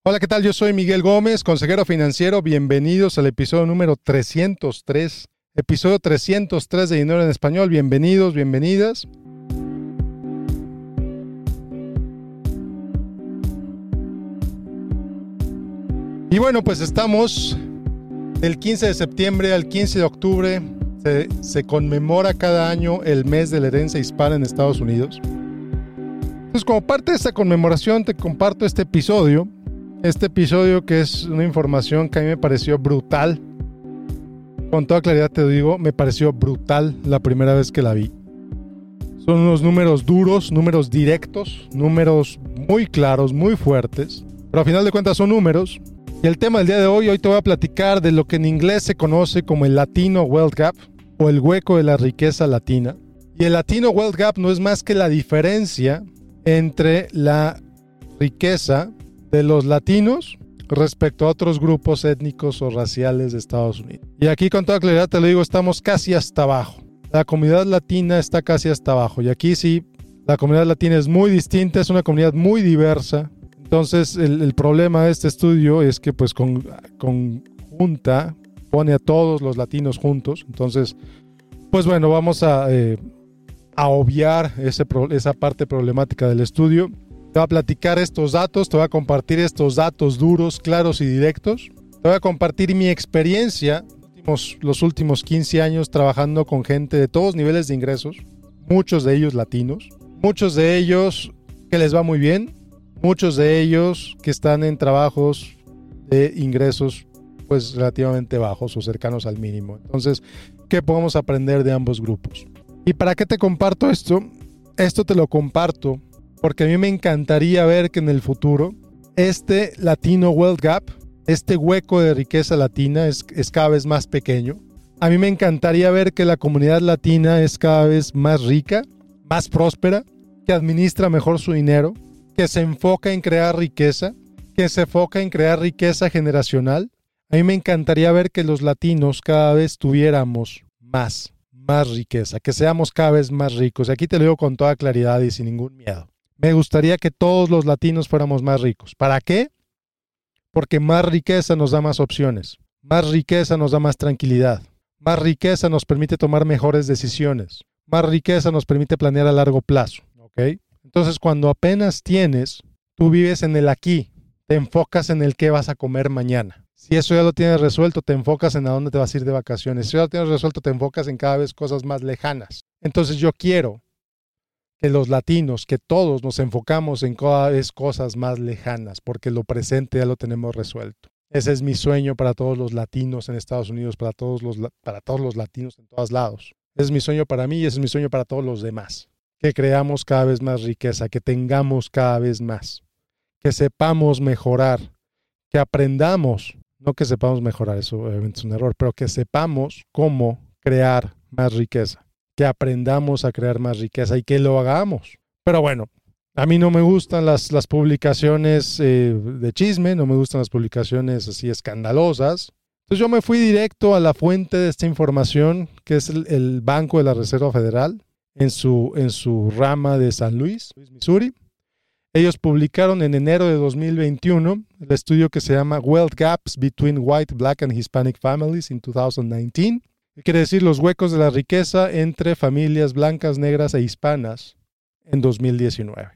Hola, ¿qué tal? Yo soy Miguel Gómez, consejero financiero. Bienvenidos al episodio número 303. Episodio 303 de Dinero en Español. Bienvenidos, bienvenidas. Y bueno, pues estamos del 15 de septiembre al 15 de octubre. Se conmemora cada año el mes de la herencia hispana en Estados Unidos. Entonces, como parte de esta conmemoración, te comparto este episodio. Este episodio que es una información que a mí me pareció brutal. Con toda claridad te digo, me pareció brutal la primera vez que la vi. Son unos números duros, números directos, números muy claros, muy fuertes. Pero a final de cuentas son números. Y el tema del día de hoy te voy a platicar de lo que en inglés se conoce como el Latino Wealth Gap o el hueco de la riqueza latina. Y el Latino Wealth Gap no es más que la diferencia entre la riqueza de los latinos respecto a otros grupos étnicos o raciales de Estados Unidos. Y aquí con toda claridad te lo digo, estamos casi hasta abajo. La comunidad latina está casi hasta abajo. Y aquí sí, la comunidad latina es muy distinta, es una comunidad muy diversa. Entonces el problema de este estudio es que pues conjunta, pone a todos los latinos juntos. Entonces, pues bueno, vamos a obviar esa parte problemática del estudio. Te voy a platicar estos datos, te voy a compartir estos datos duros, claros y directos. Te voy a compartir mi experiencia los últimos 15 años trabajando con gente de todos niveles de ingresos, muchos de ellos latinos, muchos de ellos que les va muy bien, muchos de ellos que están en trabajos de ingresos pues relativamente bajos o cercanos al mínimo. Entonces, ¿qué podemos aprender de ambos grupos? ¿Y para qué te comparto esto? Esto te lo comparto porque a mí me encantaría ver que en el futuro este Latino Wealth Gap, este hueco de riqueza latina es cada vez más pequeño. A mí me encantaría ver que la comunidad latina es cada vez más rica, más próspera, que administra mejor su dinero, que se enfoca en crear riqueza, que se enfoca en crear riqueza generacional. A mí me encantaría ver que los latinos cada vez tuviéramos más riqueza, que seamos cada vez más ricos. Y aquí te lo digo con toda claridad y sin ningún miedo. Me gustaría que todos los latinos fuéramos más ricos. ¿Para qué? Porque más riqueza nos da más opciones. Más riqueza nos da más tranquilidad. Más riqueza nos permite tomar mejores decisiones. Más riqueza nos permite planear a largo plazo. ¿Ok? Entonces, cuando apenas tienes, tú vives en el aquí. Te enfocas en el qué vas a comer mañana. Si eso ya lo tienes resuelto, te enfocas en a dónde te vas a ir de vacaciones. Si ya lo tienes resuelto, te enfocas en cada vez cosas más lejanas. Entonces, yo quiero que los latinos, que todos nos enfocamos en cada vez cosas más lejanas, porque lo presente ya lo tenemos resuelto. Ese es mi sueño para todos los latinos en Estados Unidos, para todos los latinos en todos lados. Ese es mi sueño para mí y ese es mi sueño para todos los demás. Que creamos cada vez más riqueza, que tengamos cada vez más, que sepamos mejorar, que aprendamos, no que sepamos mejorar, eso obviamente es un error, pero que sepamos cómo crear más riqueza. Que aprendamos a crear más riqueza y que lo hagamos. Pero bueno, a mí no me gustan las publicaciones de chisme, no me gustan las publicaciones así escandalosas. Entonces yo me fui directo a la fuente de esta información, que es el Banco de la Reserva Federal, en su rama de San Luis, Missouri. Ellos publicaron en enero de 2021 el estudio que se llama Wealth Gaps Between White, Black and Hispanic Families in 2019. ¿Qué quiere decir? Los huecos de la riqueza entre familias blancas, negras e hispanas en 2019.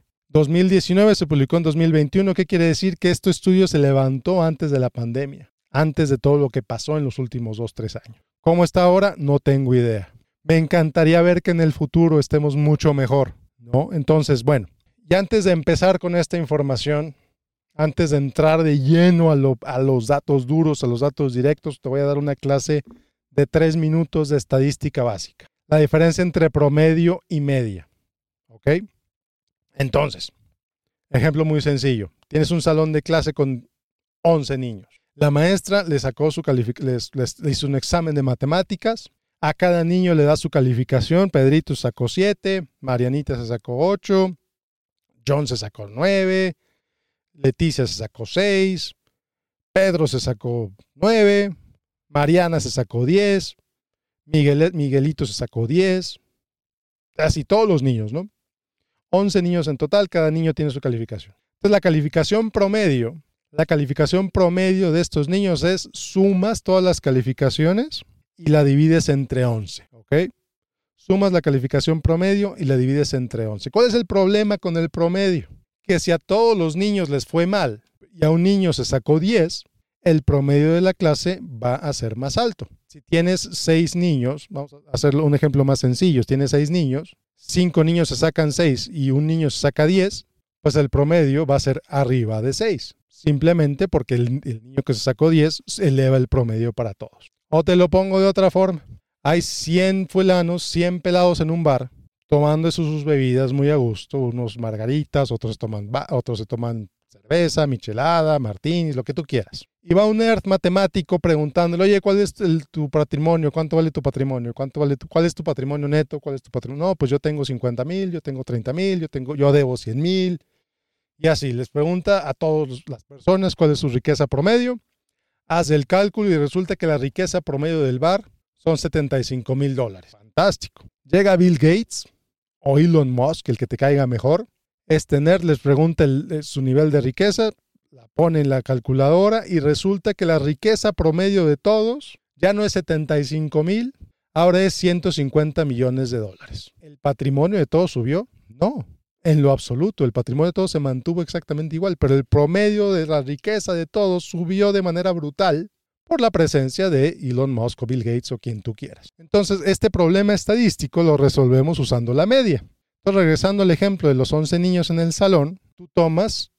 2019 se publicó en 2021. ¿Qué quiere decir? Que este estudio se levantó antes de la pandemia, antes de todo lo que pasó en los últimos 2-3 años. ¿Cómo está ahora? No tengo idea. Me encantaría ver que en el futuro estemos mucho mejor, ¿no? Entonces, bueno, y antes de empezar con esta información, antes de entrar de lleno a los datos duros, a los datos directos, te voy a dar una clase de 3 minutos de estadística básica. La diferencia entre promedio y media. ¿Ok? Entonces, ejemplo muy sencillo. Tienes un salón de clase con 11 niños. La maestra le sacó les hizo un examen de matemáticas. A cada niño le da su calificación. Pedrito sacó 7, Marianita se sacó 8, John se sacó 9, Leticia se sacó 6, Pedro se sacó 9, Mariana se sacó 10, Miguelito se sacó 10, así todos los niños, ¿no? 11 niños en total, cada niño tiene su calificación. Entonces la calificación promedio La calificación promedio de estos niños es sumas todas las calificaciones y la divides entre 11, ¿ok? Sumas la calificación promedio y la divides entre 11. ¿Cuál es el problema con el promedio? Que si a todos los niños les fue mal y a un niño se sacó 10, el promedio de la clase va a ser más alto. Si tienes 6 niños, vamos a hacer un ejemplo más sencillo, tienes 6 niños, 5 niños se sacan 6 y un niño se saca 10, pues el promedio va a ser arriba de 6. Simplemente porque el niño que se sacó 10 eleva el promedio para todos. O te lo pongo de otra forma. Hay 100 fulanos, 100 pelados en un bar, tomando sus bebidas muy a gusto, unos margaritas, otros se toman cerveza, michelada, martinis, lo que tú quieras. Y va un nerd matemático preguntándole, oye, ¿cuál es tu patrimonio? ¿Cuánto vale tu patrimonio? ¿Cuál es tu patrimonio neto? ¿Cuál es tu patrimonio? No, pues yo tengo 50,000, yo tengo 30,000, yo debo 100,000. Y así, les pregunta a todas las personas cuál es su riqueza promedio, hace el cálculo y resulta que la riqueza promedio del bar son $75,000. Fantástico. Llega Bill Gates o Elon Musk, el que te caiga mejor. Este nerd les pregunta su nivel de riqueza, la pone en la calculadora y resulta que la riqueza promedio de todos ya no es 75,000, ahora es $150 millones. ¿El patrimonio de todos subió? No. En lo absoluto, el patrimonio de todos se mantuvo exactamente igual, pero el promedio de la riqueza de todos subió de manera brutal por la presencia de Elon Musk o Bill Gates o quien tú quieras. Entonces, este problema estadístico lo resolvemos usando la media. Entonces, regresando al ejemplo de los 11 niños en el salón, tú tomas,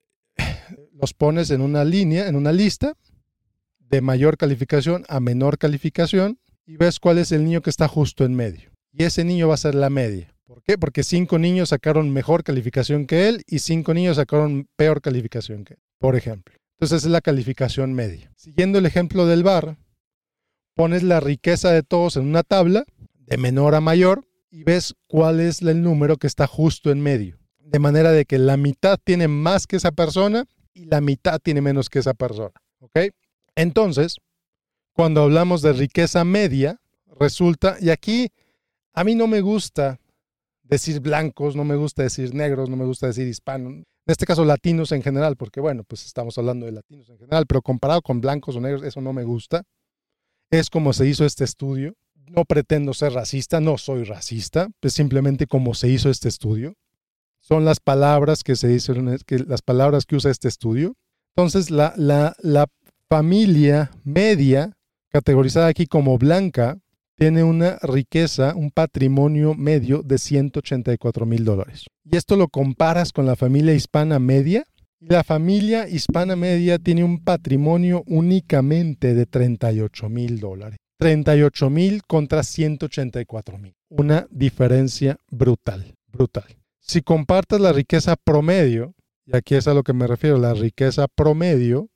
los pones en una línea, en una lista de mayor calificación a menor calificación y ves cuál es el niño que está justo en medio. Y ese niño va a ser la media. ¿Por qué? Porque 5 niños sacaron mejor calificación que él y 5 niños sacaron peor calificación que él, por ejemplo. Entonces es la calificación media. Siguiendo el ejemplo del bar, pones la riqueza de todos en una tabla, de menor a mayor, y ves cuál es el número que está justo en medio. De manera de que la mitad tiene más que esa persona y la mitad tiene menos que esa persona. ¿Ok? Entonces, cuando hablamos de riqueza media, resulta, y aquí a mí no me gusta decir blancos, no me gusta decir negros, no me gusta decir hispanos, en este caso latinos en general, porque bueno, pues estamos hablando de latinos en general, pero comparado con blancos o negros, eso no me gusta. Es como se hizo este estudio. No pretendo ser racista, no soy racista, es simplemente como se hizo este estudio. Son las palabras que se hicieron, las palabras que usa este estudio. Entonces, la familia media, categorizada aquí como blanca, tiene una riqueza, un patrimonio medio de $184,000. Y esto lo comparas con la familia hispana media. Y la familia hispana media tiene un patrimonio únicamente de $38,000. 38,000 contra 184,000. Una diferencia brutal, brutal. Si compartes la riqueza promedio, y aquí es a lo que me refiero, la riqueza promedio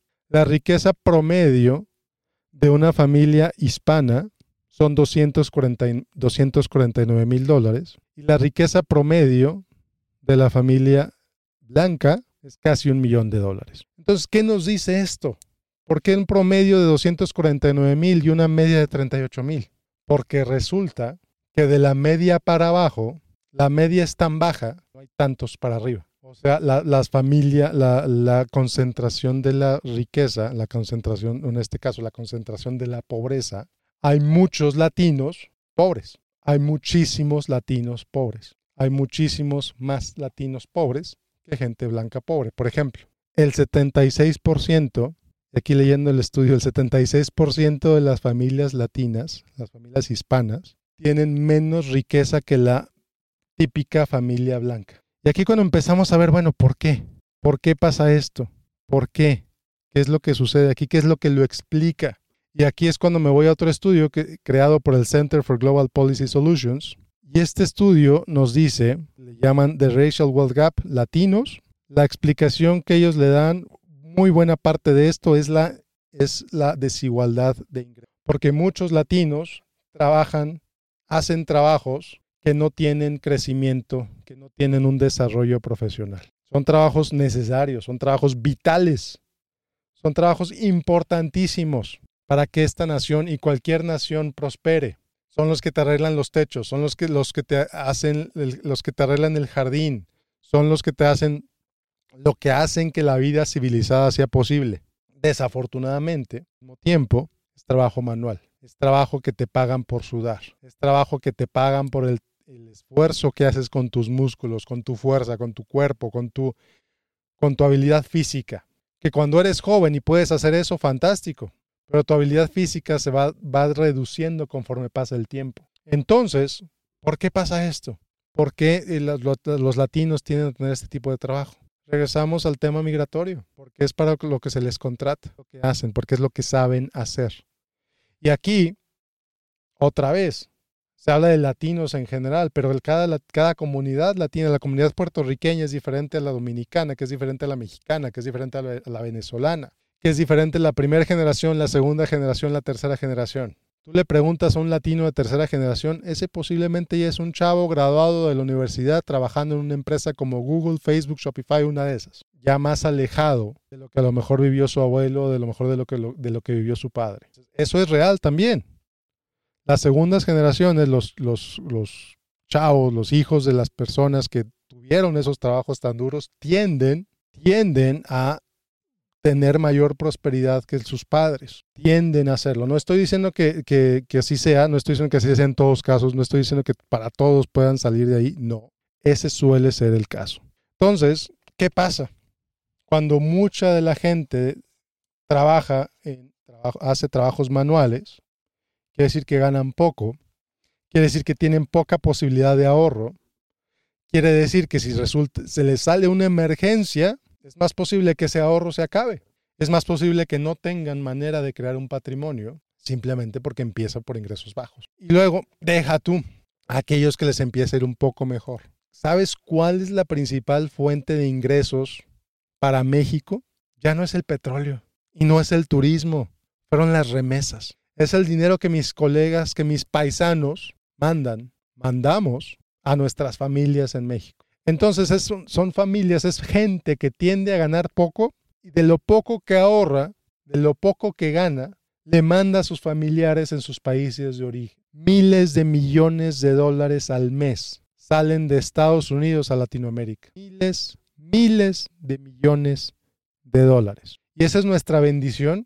de una familia hispana son $249,000 y la riqueza promedio de la familia blanca es casi $1 millón. Entonces, ¿qué nos dice esto? ¿Por qué un promedio de 249,000 y una media de 38,000? Porque resulta que de la media para abajo, la media es tan baja, no hay tantos para arriba. O sea, la concentración de la riqueza, la concentración, en este caso, la concentración de la pobreza, hay muchos latinos pobres. Hay muchísimos latinos pobres. Hay muchísimos más latinos pobres que gente blanca pobre. Por ejemplo, el 76%, aquí leyendo el estudio, el 76% de las familias latinas, las familias hispanas, tienen menos riqueza que la típica familia blanca. Y aquí cuando empezamos a ver, bueno, ¿por qué? ¿Por qué pasa esto? ¿Por qué? ¿Qué es lo que sucede aquí? ¿Qué es lo que lo explica? Y aquí es cuando me voy a otro estudio creado por el Center for Global Policy Solutions. Y este estudio nos dice, le llaman The Racial Wealth Gap Latinos. La explicación que ellos le dan, muy buena parte de esto es la desigualdad de ingresos. Porque muchos latinos hacen trabajos que no tienen crecimiento, que no tienen un desarrollo profesional. Son trabajos necesarios, son trabajos vitales, son trabajos importantísimos para que esta nación y cualquier nación prospere. Son los que te arreglan los techos, son los que te arreglan el jardín, son los que te hacen lo que hacen que la vida civilizada sea posible. Desafortunadamente, al mismo tiempo, es trabajo manual. Es trabajo que te pagan por sudar. Es trabajo que te pagan por el esfuerzo que haces con tus músculos, con tu fuerza, con tu cuerpo, con tu habilidad física. Que cuando eres joven y puedes hacer eso, fantástico. Pero tu habilidad física se va reduciendo conforme pasa el tiempo. Entonces, ¿por qué pasa esto? ¿Por qué los latinos tienen que tener este tipo de trabajo? Regresamos al tema migratorio, porque es para lo que se les contrata, lo que hacen, porque es lo que saben hacer. Y aquí, otra vez, se habla de latinos en general, pero cada comunidad latina, la comunidad puertorriqueña es diferente a la dominicana, que es diferente a la mexicana, que es diferente a la venezolana, que es diferente a la primera generación, la segunda generación, la tercera generación. Tú le preguntas a un latino de tercera generación, ese posiblemente ya es un chavo graduado de la universidad trabajando en una empresa como Google, Facebook, Shopify, una de esas. Ya más alejado de lo que a lo mejor vivió su abuelo, de lo mejor de lo que vivió su padre. Eso es real también. Las segundas generaciones, los chavos, los hijos de las personas que tuvieron esos trabajos tan duros, tienden a tener mayor prosperidad que sus padres. Tienden a hacerlo. No estoy diciendo que así sea, no estoy diciendo que así sea en todos casos, no estoy diciendo que para todos puedan salir de ahí, no. Ese suele ser el caso. Entonces, ¿qué pasa? Cuando mucha de la gente hace trabajos manuales, quiere decir que ganan poco, quiere decir que tienen poca posibilidad de ahorro, quiere decir que si se les sale una emergencia, es más posible que ese ahorro se acabe. Es más posible que no tengan manera de crear un patrimonio simplemente porque empieza por ingresos bajos. Y luego, deja tú a aquellos que les empieza a ir un poco mejor. ¿Sabes cuál es la principal fuente de ingresos para México? Ya no es el petróleo y no es el turismo, fueron las remesas. Es el dinero que mis colegas, que mis paisanos mandamos a nuestras familias en México. Entonces son familias, es gente que tiende a ganar poco y de lo poco que ahorra, de lo poco que gana, le manda a sus familiares en sus países de origen. Miles de millones de dólares al mes salen de Estados Unidos a Latinoamérica. Miles de millones de dólares. Y esa es nuestra bendición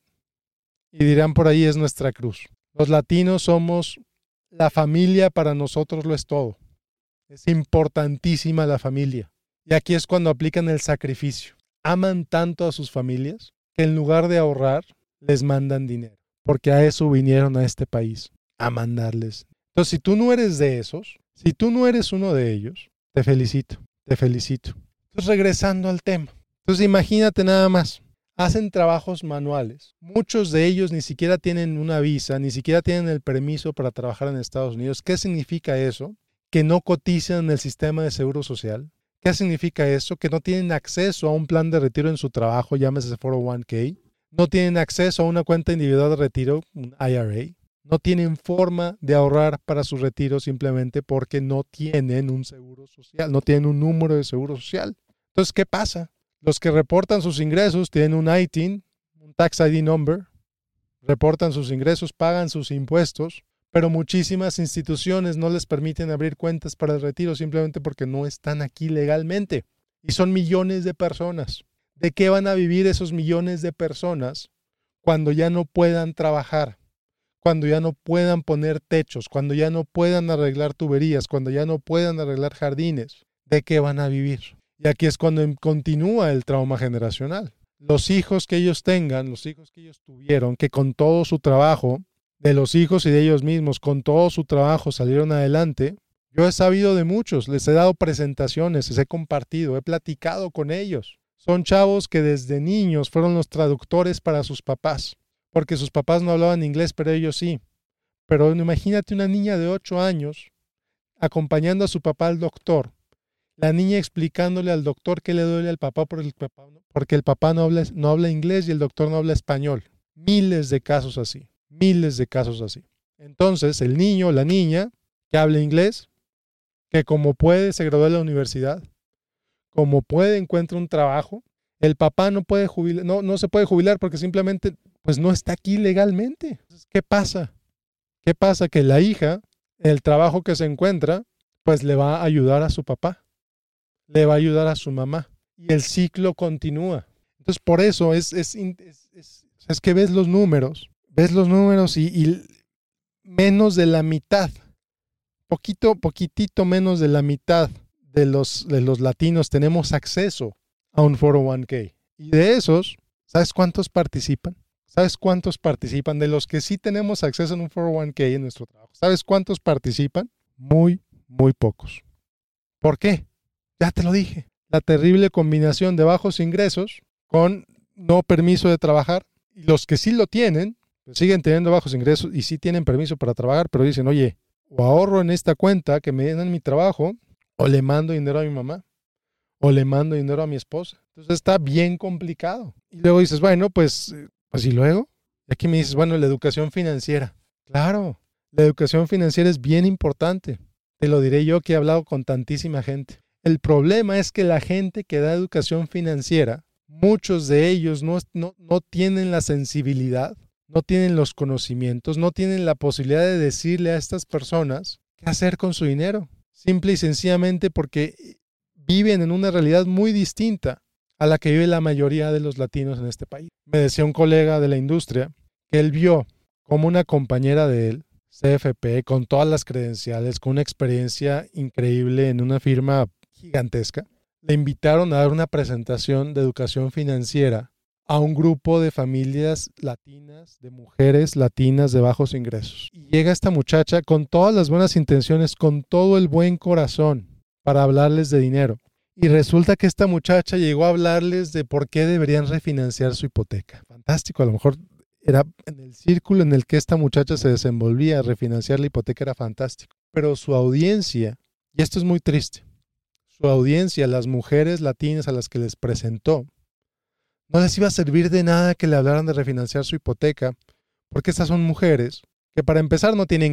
y dirán por ahí es nuestra cruz. Los latinos somos, la familia para nosotros lo es todo. Es importantísima la familia. Y aquí es cuando aplican el sacrificio. Aman tanto a sus familias que en lugar de ahorrar, les mandan dinero. Porque a eso vinieron a este país, a mandarles. Entonces, si tú no eres de esos, si tú no eres uno de ellos, te felicito, te felicito. Entonces, regresando al tema. Entonces, imagínate nada más. Hacen trabajos manuales. Muchos de ellos ni siquiera tienen una visa, ni siquiera tienen el permiso para trabajar en Estados Unidos. ¿Qué significa eso? Que no cotizan en el sistema de seguro social. ¿Qué significa eso? Que no tienen acceso a un plan de retiro en su trabajo, llámese 401k. No tienen acceso a una cuenta individual de retiro, un IRA. No tienen forma de ahorrar para su retiro simplemente porque no tienen un seguro social, no tienen un número de seguro social. Entonces, ¿qué pasa? Los que reportan sus ingresos tienen un ITIN, un Tax ID Number, reportan sus ingresos, pagan sus impuestos, pero muchísimas instituciones no les permiten abrir cuentas para el retiro simplemente porque no están aquí legalmente. Y son millones de personas. ¿De qué van a vivir esos millones de personas cuando ya no puedan trabajar? Cuando ya no puedan poner techos, cuando ya no puedan arreglar tuberías, cuando ya no puedan arreglar jardines. ¿De qué van a vivir? Y aquí es cuando continúa el trauma generacional. Los hijos que ellos tengan, los hijos que ellos tuvieron, que con todo su trabajo, de los hijos y de ellos mismos, con todo su trabajo salieron adelante. Yo he sabido de muchos, les he dado presentaciones, les he compartido, he platicado con ellos. Son chavos que desde niños fueron los traductores para sus papás, porque sus papás no hablaban inglés, pero ellos sí. Pero imagínate una niña de 8 años acompañando a su papá al doctor, la niña explicándole al doctor qué le duele al papá porque el papá no habla inglés y el doctor no habla español. Miles de casos así. Miles de casos así. Entonces, el niño o la niña que habla inglés, que como puede se gradúa de la universidad, como puede encuentra un trabajo, el papá no puede jubilar, no se puede jubilar porque simplemente pues no está aquí legalmente. Entonces, ¿qué pasa? ¿Qué pasa? Que la hija, el trabajo que se encuentra, pues le va a ayudar a su papá, le va a ayudar a su mamá. y el ciclo continúa. Entonces, por eso es que ves los números y menos de la mitad, poquitito menos de la mitad de los latinos tenemos acceso a un 401k. Y de esos, ¿sabes cuántos participan? ¿Sabes cuántos participan? De los que sí tenemos acceso a un 401k en nuestro trabajo, ¿sabes cuántos participan? Muy, muy pocos. ¿Por qué? Ya te lo dije. La terrible combinación de bajos ingresos con no permiso de trabajar. Y los que sí lo tienen, pues siguen teniendo bajos ingresos y sí tienen permiso para trabajar, pero dicen, oye, o ahorro en esta cuenta que me den en mi trabajo, o le mando dinero a mi mamá, o le mando dinero a mi esposa. Entonces está bien complicado. Y luego dices, bueno, pues y luego. Y aquí me dices, bueno, la educación financiera. Claro, la educación financiera es bien importante. Te lo diré yo que he hablado con tantísima gente. El problema es que la gente que da educación financiera, muchos de ellos no tienen la sensibilidad, no tienen los conocimientos, no tienen la posibilidad de decirle a estas personas qué hacer con su dinero. Simple y sencillamente porque viven en una realidad muy distinta a la que vive la mayoría de los latinos en este país. Me decía un colega de la industria que él vio como una compañera de él, CFP, con todas las credenciales, con una experiencia increíble en una firma gigantesca, le invitaron a dar una presentación de educación financiera a un grupo de familias latinas, de mujeres latinas de bajos ingresos. Y llega esta muchacha con todas las buenas intenciones, con todo el buen corazón para hablarles de dinero. Y resulta que esta muchacha llegó a hablarles de por qué deberían refinanciar su hipoteca. Fantástico, a lo mejor era en el círculo en el que esta muchacha se desenvolvía, refinanciar la hipoteca era fantástico. Pero su audiencia, y esto es muy triste, su audiencia, las mujeres latinas a las que les presentó, no les iba a servir de nada que le hablaran de refinanciar su hipoteca, porque estas son mujeres que para empezar no tienen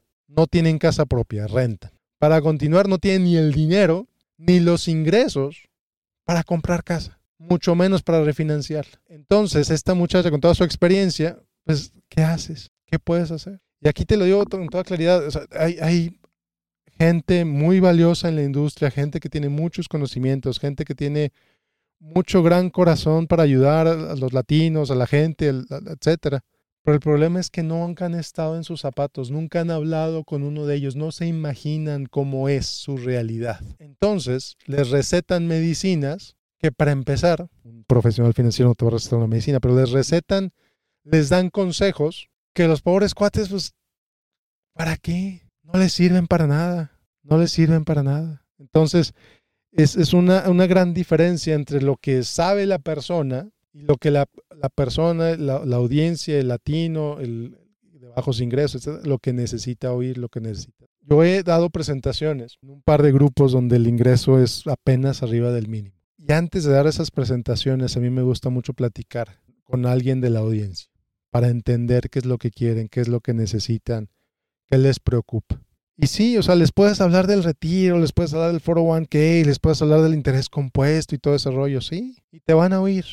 casa propia, rentan. Para continuar no tienen ni el dinero ni los ingresos para comprar casa, mucho menos para refinanciarla. Entonces, esta muchacha con toda su experiencia, pues, ¿qué haces? ¿Qué puedes hacer? Y aquí te lo digo con toda claridad, o sea, hay gente muy valiosa en la industria, gente que tiene muchos conocimientos, gente que tiene mucho gran corazón para ayudar a los latinos, a la gente, etcétera. Pero el problema es que nunca han estado en sus zapatos, nunca han hablado con uno de ellos, no se imaginan cómo es su realidad. Entonces, les recetan medicinas que para empezar, un profesional financiero no te va a recetar una medicina, pero les dan consejos que los pobres cuates, pues, ¿para qué? No les sirven para nada, no les sirven para nada. Entonces, es una gran diferencia entre lo que sabe la persona y lo que la persona, la audiencia, el latino, el de bajos ingresos, etc., lo que necesita oír, lo que necesita. Yo he dado presentaciones en un par de grupos donde el ingreso es apenas arriba del mínimo. Y antes de dar esas presentaciones, a mí me gusta mucho platicar con alguien de la audiencia para entender qué es lo que quieren, qué es lo que necesitan, qué les preocupa. Y sí, o sea, les puedes hablar del retiro, les puedes hablar del 401k, les puedes hablar del interés compuesto y todo ese rollo, sí, y te van a oír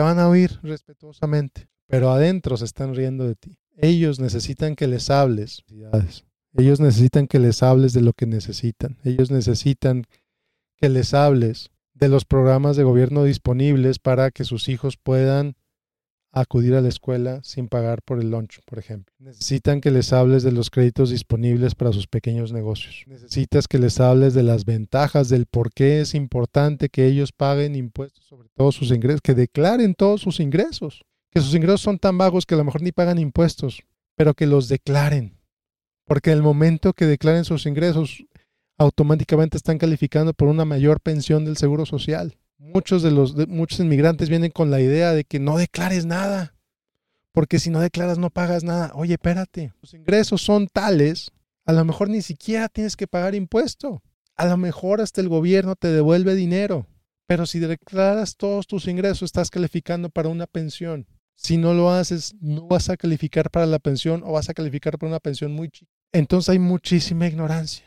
respetuosamente, pero adentro se están riendo de ti. Ellos necesitan que les hables, ellos necesitan que les hables de lo que necesitan, ellos necesitan que les hables de los programas de gobierno disponibles para que sus hijos puedan acudir a la escuela sin pagar por el lunch, por ejemplo. Necesitan que les hables de los créditos disponibles para sus pequeños negocios. Necesitas que les hables de las ventajas, del por qué es importante que ellos paguen impuestos sobre todos sus ingresos, que declaren todos sus ingresos, que sus ingresos son tan bajos que a lo mejor ni pagan impuestos, pero que los declaren. Porque en el momento que declaren sus ingresos, automáticamente están calificando por una mayor pensión del Seguro Social. Muchos inmigrantes vienen con la idea de que no declares nada, porque si no declaras no pagas nada. Oye, espérate, tus ingresos son tales, a lo mejor ni siquiera tienes que pagar impuesto. A lo mejor hasta el gobierno te devuelve dinero, pero si declaras todos tus ingresos estás calificando para una pensión. Si no lo haces, no vas a calificar para la pensión o vas a calificar para una pensión muy chica. Entonces hay muchísima ignorancia.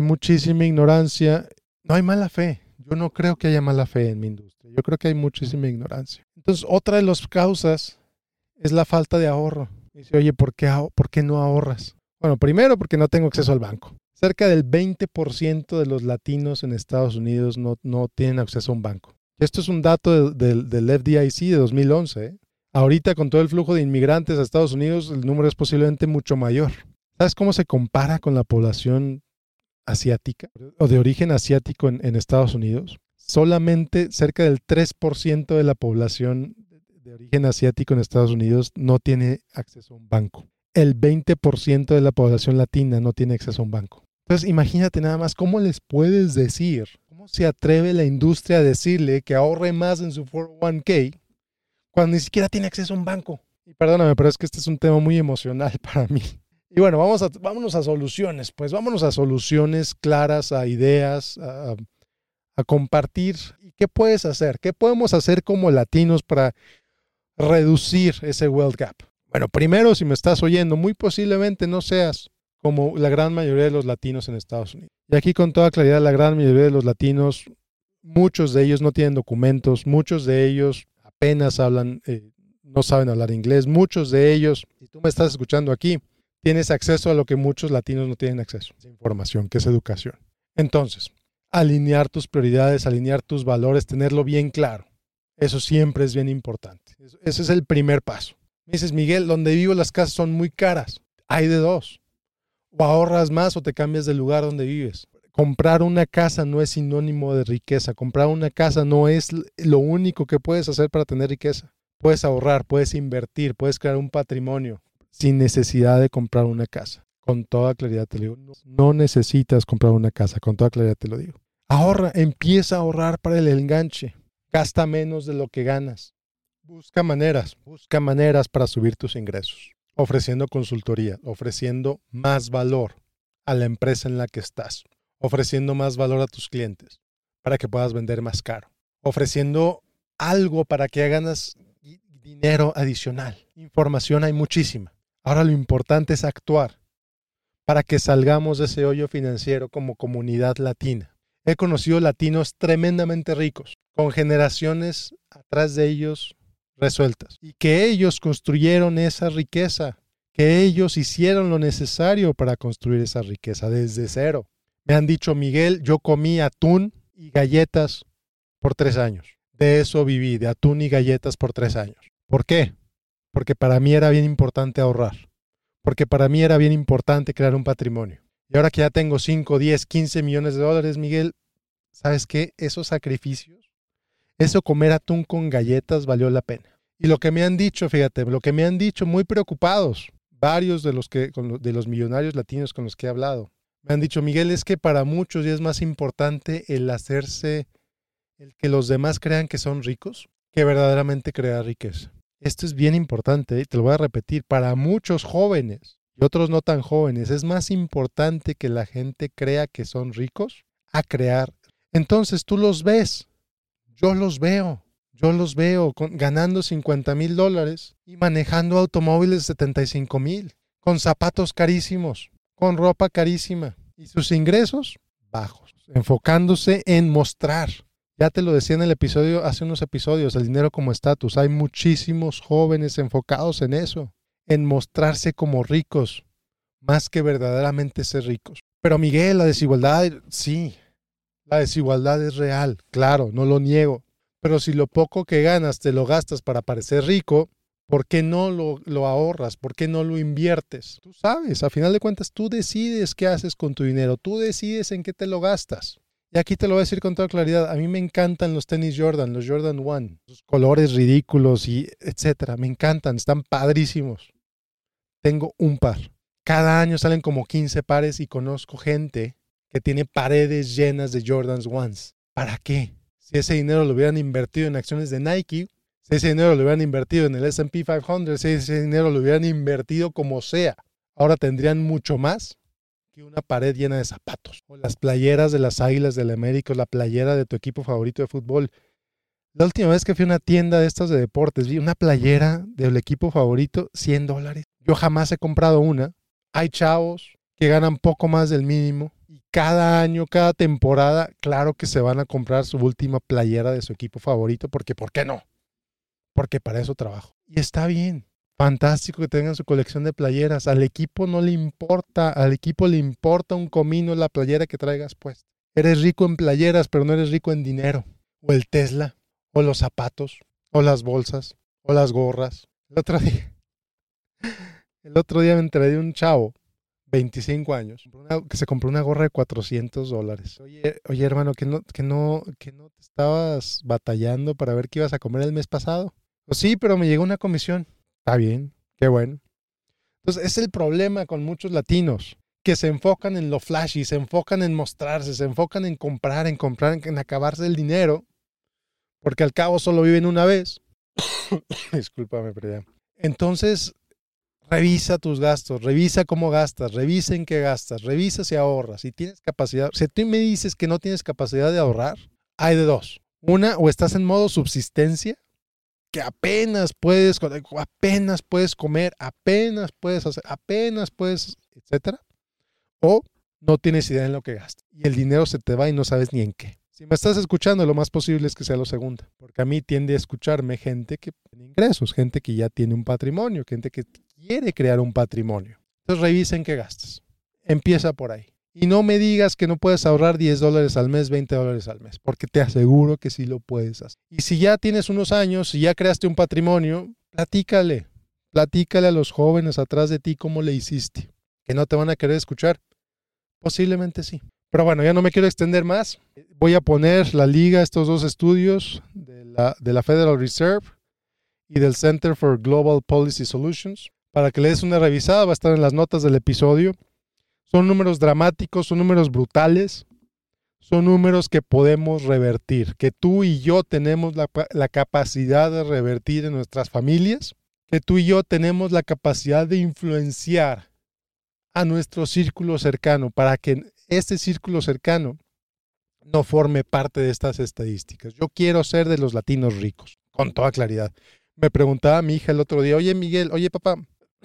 No hay mala fe. Yo no creo que haya mala fe en mi industria. Yo creo que hay muchísima ignorancia. Entonces, otra de las causas es la falta de ahorro. Dice, oye, ¿por qué no ahorras? Bueno, primero porque no tengo acceso al banco. Cerca del 20% de los latinos en Estados Unidos no tienen acceso a un banco. Esto es un dato del FDIC de 2011. ¿Eh? Ahorita con todo el flujo de inmigrantes a Estados Unidos, el número es posiblemente mucho mayor. ¿Sabes cómo se compara con la población asiática o de origen asiático en Estados Unidos? Solamente cerca del 3% de la población de origen asiático en Estados Unidos no tiene acceso a un banco. El 20% de la población latina no tiene acceso a un banco. Entonces, imagínate nada más cómo les puedes decir, cómo se atreve la industria a decirle que ahorre más en su 401k cuando ni siquiera tiene acceso a un banco. Y perdóname, pero es que este es un tema muy emocional para mí. Y bueno, vámonos a soluciones, pues vámonos a soluciones claras, a ideas, a compartir. ¿Y qué puedes hacer? ¿Qué podemos hacer como latinos para reducir ese wealth gap? Bueno, primero, si me estás oyendo, muy posiblemente no seas como la gran mayoría de los latinos en Estados Unidos. Y aquí con toda claridad, la gran mayoría de los latinos, muchos de ellos no tienen documentos, muchos de ellos apenas hablan, no saben hablar inglés, muchos de ellos, si tú me estás escuchando aquí, tienes acceso a lo que muchos latinos no tienen acceso, esa información, que es educación. Entonces, alinear tus prioridades, alinear tus valores, tenerlo bien claro. Eso siempre es bien importante. Ese es el primer paso. Me dices, Miguel, donde vivo las casas son muy caras. Hay de dos. O ahorras más o te cambias del lugar donde vives. Comprar una casa no es sinónimo de riqueza. Comprar una casa no es lo único que puedes hacer para tener riqueza. Puedes ahorrar, puedes invertir, puedes crear un patrimonio sin necesidad de comprar una casa. Con toda claridad te lo digo. No necesitas comprar una casa, con toda claridad te lo digo. Ahorra, empieza a ahorrar para el enganche. Gasta menos de lo que ganas. Busca maneras para subir tus ingresos. Ofreciendo consultoría, ofreciendo más valor a la empresa en la que estás. Ofreciendo más valor a tus clientes para que puedas vender más caro. Ofreciendo algo para que ganes dinero adicional. Información hay muchísima. Ahora lo importante es actuar para que salgamos de ese hoyo financiero como comunidad latina. He conocido latinos tremendamente ricos, con generaciones atrás de ellos resueltas, y que ellos construyeron esa riqueza, que ellos hicieron lo necesario para construir esa riqueza desde cero. Me han dicho, Miguel, yo comí atún y galletas por 3 años. De eso viví, de atún y galletas por 3 años. ¿Por qué? Porque para mí era bien importante ahorrar. Porque para mí era bien importante crear un patrimonio. Y ahora que ya tengo 5, 10, 15 millones de dólares, Miguel, ¿sabes qué? Esos sacrificios, eso comer atún con galletas valió la pena. Y lo que me han dicho, fíjate, lo que me han dicho muy preocupados, varios de los millonarios latinos con los que he hablado, me han dicho, Miguel, es que para muchos ya es más importante el que los demás crean que son ricos, que verdaderamente crear riqueza. Esto es bien importante, y te lo voy a repetir, para muchos jóvenes y otros no tan jóvenes, es más importante que la gente crea que son ricos a crear. Entonces tú los ves, yo los veo ganando $50,000 y manejando automóviles de 75,000, con zapatos carísimos, con ropa carísima y sus ingresos bajos, enfocándose en mostrar. Ya te lo decía en el episodio, hace unos episodios, el dinero como estatus. Hay muchísimos jóvenes enfocados en eso, en mostrarse como ricos, más que verdaderamente ser ricos. Pero Miguel, la desigualdad, sí, la desigualdad es real, claro, no lo niego. Pero si lo poco que ganas te lo gastas para parecer rico, ¿por qué no lo ahorras? ¿Por qué no lo inviertes? Tú sabes, a final de cuentas, tú decides qué haces con tu dinero, tú decides en qué te lo gastas. Y aquí te lo voy a decir con toda claridad. A mí me encantan los tenis Jordan, los Jordan 1. Sus colores ridículos y etcétera. Me encantan, están padrísimos. Tengo un par. Cada año salen como 15 pares y conozco gente que tiene paredes llenas de Jordans 1. ¿Para qué? Si ese dinero lo hubieran invertido en acciones de Nike, si ese dinero lo hubieran invertido en el S&P 500, si ese dinero lo hubieran invertido como sea, ahora tendrían mucho más que una pared llena de zapatos. O las playeras de las Águilas del América, o la playera de tu equipo favorito de fútbol. La última vez que fui a una tienda de estas de deportes, vi una playera del equipo favorito, $100. Yo jamás he comprado una. Hay chavos que ganan poco más del mínimo y cada año, cada temporada, claro que se van a comprar su última playera de su equipo favorito, porque ¿por qué no? Porque para eso trabajo. Y está bien. Fantástico que tengan su colección de playeras. Al equipo no le importa, al equipo le importa un comino la playera que traigas puesta. Eres rico en playeras, pero no eres rico en dinero. O el Tesla, o los zapatos, o las bolsas, o las gorras. El otro día me enteré de un chavo, 25 años, que se compró una gorra de $400. Oye, hermano, ¿que no te estabas batallando para ver qué ibas a comer el mes pasado? Pues sí, pero me llegó una comisión. Está bien, qué bueno. Entonces, es el problema con muchos latinos, que se enfocan en lo flashy, se enfocan en mostrarse, se enfocan en comprar, en acabarse el dinero, porque al cabo solo viven una vez. Discúlpame, pero ya. Entonces, revisa tus gastos, revisa cómo gastas, revisa en qué gastas, revisa si ahorras, si tienes capacidad. Si tú me dices que no tienes capacidad de ahorrar, hay de dos. Una, o estás en modo subsistencia, que apenas puedes comer, apenas puedes hacer, etcétera. O no tienes idea en lo que gastas. Y el dinero se te va y no sabes ni en qué. Si me estás escuchando, lo más posible es que sea lo segundo. Porque a mí tiende a escucharme gente que tiene ingresos, gente que ya tiene un patrimonio, gente que quiere crear un patrimonio. Entonces revisa en qué gastas. Empieza por ahí. Y no me digas que no puedes ahorrar $10 al mes, $20 al mes, porque te aseguro que sí lo puedes hacer. Y si ya tienes unos años, si ya creaste un patrimonio, platícale a los jóvenes atrás de ti cómo le hiciste. ¿Que no te van a querer escuchar? Posiblemente sí. Pero bueno, ya no me quiero extender más. Voy a poner la liga a estos dos estudios de la Federal Reserve y del Center for Global Policy Solutions para que le des una revisada. Va a estar en las notas del episodio. Son números dramáticos, son números brutales, son números que podemos revertir, que tú y yo tenemos la capacidad de revertir en nuestras familias, que tú y yo tenemos la capacidad de influenciar a nuestro círculo cercano para que este círculo cercano no forme parte de estas estadísticas. Yo quiero ser de los latinos ricos, con toda claridad. Me preguntaba mi hija el otro día, oye papá,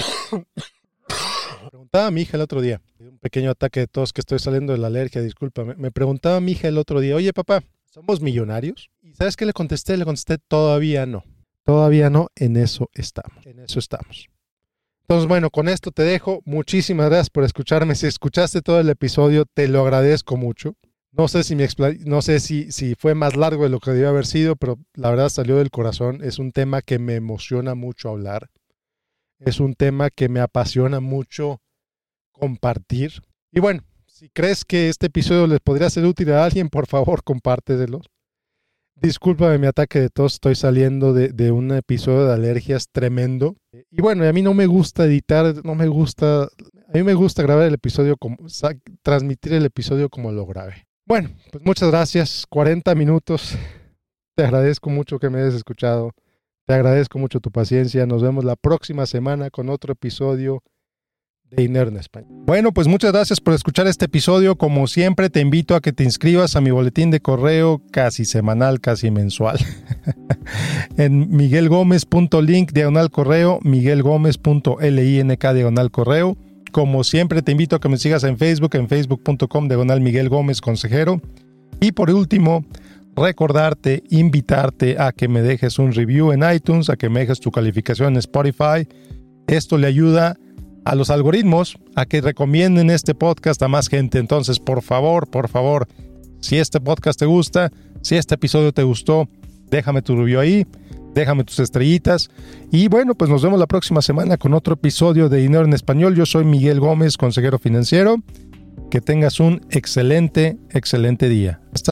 un pequeño ataque de tos que estoy saliendo de la alergia, discúlpame. Me preguntaba mi hija el otro día, oye papá, ¿somos millonarios? ¿Y sabes qué le contesté? Le contesté, todavía no, en eso estamos. Entonces, bueno, con esto te dejo. Muchísimas gracias por escucharme. Si escuchaste todo el episodio, te lo agradezco mucho. No sé si fue más largo de lo que debió haber sido, pero la verdad salió del corazón. Es un tema que me emociona mucho hablar. Es un tema que me apasiona mucho compartir. Y bueno, si crees que este episodio les podría ser útil a alguien, por favor, compártelo. Discúlpame mi ataque de tos, estoy saliendo de un episodio de alergias tremendo. Y bueno, a mí no me gusta editar, a mí me gusta grabar el episodio, transmitir el episodio como lo grabé. Bueno, pues muchas gracias, 40 minutos. Te agradezco mucho que me hayas escuchado. Te agradezco mucho tu paciencia. Nos vemos la próxima semana con otro episodio de Dinero en Español. Bueno, pues muchas gracias por escuchar este episodio. Como siempre, te invito a que te inscribas a mi boletín de correo casi semanal, casi mensual. En miguelgomez.link/correo, miguelgomez.link/correo. Como siempre, te invito a que me sigas en facebook.com/Miguel Gómez Consejero. Y por último, recordarte, invitarte a que me dejes un review en iTunes, a que me dejes tu calificación en Spotify. Esto le ayuda a los algoritmos a que recomienden este podcast a más gente. Entonces, por favor, si este podcast te gusta, si este episodio te gustó, déjame tu review ahí, déjame tus estrellitas. Y bueno, pues nos vemos la próxima semana con otro episodio de Dinero en Español. Yo soy Miguel Gómez, consejero financiero. Que tengas un excelente día.